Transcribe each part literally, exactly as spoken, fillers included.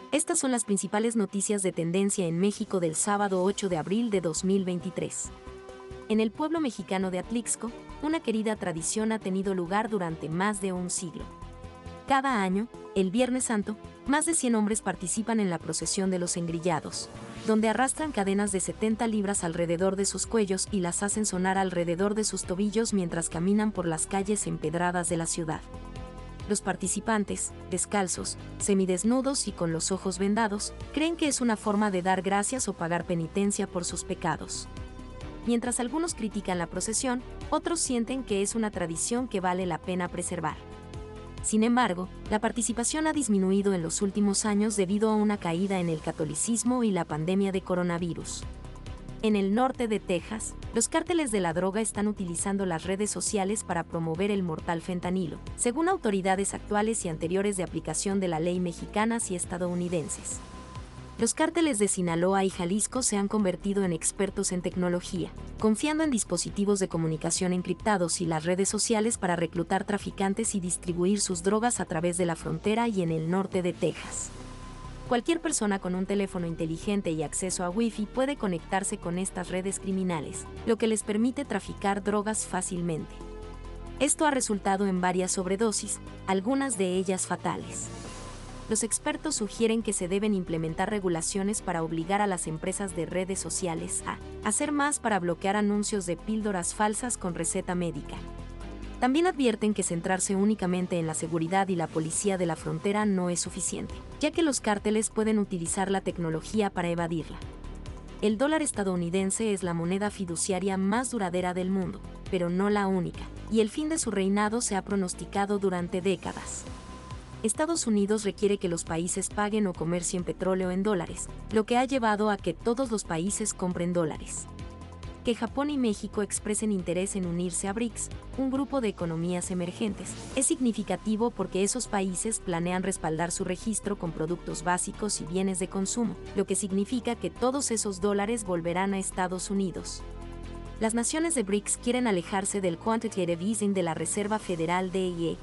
Estas son las principales noticias de tendencia en México del sábado ocho de abril de dos mil veintitrés. En el pueblo mexicano de Atlixco, una querida tradición ha tenido lugar durante más de un siglo. Cada año, el Viernes Santo, más de cien hombres participan en la procesión de los engrillados, donde arrastran cadenas de setenta libras alrededor de sus cuellos y las hacen sonar alrededor de sus tobillos mientras caminan por las calles empedradas de la ciudad. Los participantes, descalzos, semidesnudos y con los ojos vendados, creen que es una forma de dar gracias o pagar penitencia por sus pecados. Mientras algunos critican la procesión, otros sienten que es una tradición que vale la pena preservar. Sin embargo, la participación ha disminuido en los últimos años debido a una caída en el catolicismo y la pandemia de coronavirus. En el norte de Texas, los cárteles de la droga están utilizando las redes sociales para promover el mortal fentanilo, según autoridades actuales y anteriores de aplicación de la ley mexicanas y estadounidenses. Los cárteles de Sinaloa y Jalisco se han convertido en expertos en tecnología, confiando en dispositivos de comunicación encriptados y las redes sociales para reclutar traficantes y distribuir sus drogas a través de la frontera y en el norte de Texas. Cualquier persona con un teléfono inteligente y acceso a Wi-Fi puede conectarse con estas redes criminales, lo que les permite traficar drogas fácilmente. Esto ha resultado en varias sobredosis, algunas de ellas fatales. Los expertos sugieren que se deben implementar regulaciones para obligar a las empresas de redes sociales a hacer más para bloquear anuncios de píldoras falsas con receta médica. También advierten que centrarse únicamente en la seguridad y la policía de la frontera no es suficiente, ya que los cárteles pueden utilizar la tecnología para evadirla. El dólar estadounidense es la moneda fiduciaria más duradera del mundo, pero no la única, y el fin de su reinado se ha pronosticado durante décadas. Estados Unidos requiere que los países paguen o comercien petróleo en dólares, lo que ha llevado a que todos los países compren dólares. Que Japón y México expresen interés en unirse a BRICS, un grupo de economías emergentes, es significativo porque esos países planean respaldar su registro con productos básicos y bienes de consumo, lo que significa que todos esos dólares volverán a Estados Unidos. Las naciones de BRICS quieren alejarse del quantitative easing de la Reserva Federal de E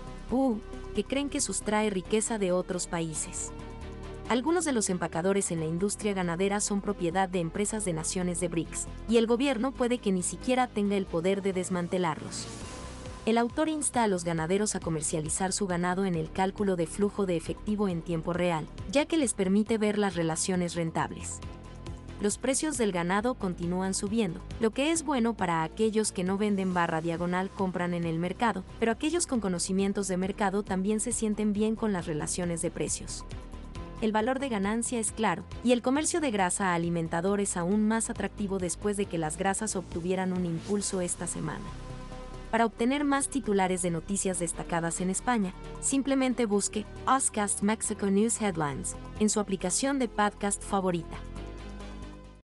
U, que creen que sustrae riqueza de otros países. Algunos de los empacadores en la industria ganadera son propiedad de empresas de naciones de BRICS, y el gobierno puede que ni siquiera tenga el poder de desmantelarlos. El autor insta a los ganaderos a comercializar su ganado en el cálculo de flujo de efectivo en tiempo real, ya que les permite ver las relaciones rentables. Los precios del ganado continúan subiendo, lo que es bueno para aquellos que no venden barra diagonal compran en el mercado, pero aquellos con conocimientos de mercado también se sienten bien con las relaciones de precios. El valor de ganancia es claro, y el comercio de grasa alimentador es aún más atractivo después de que las grasas obtuvieran un impulso esta semana. Para obtener más titulares de noticias destacadas en España, simplemente busque Ozcast Mexico News Headlines en su aplicación de podcast favorita.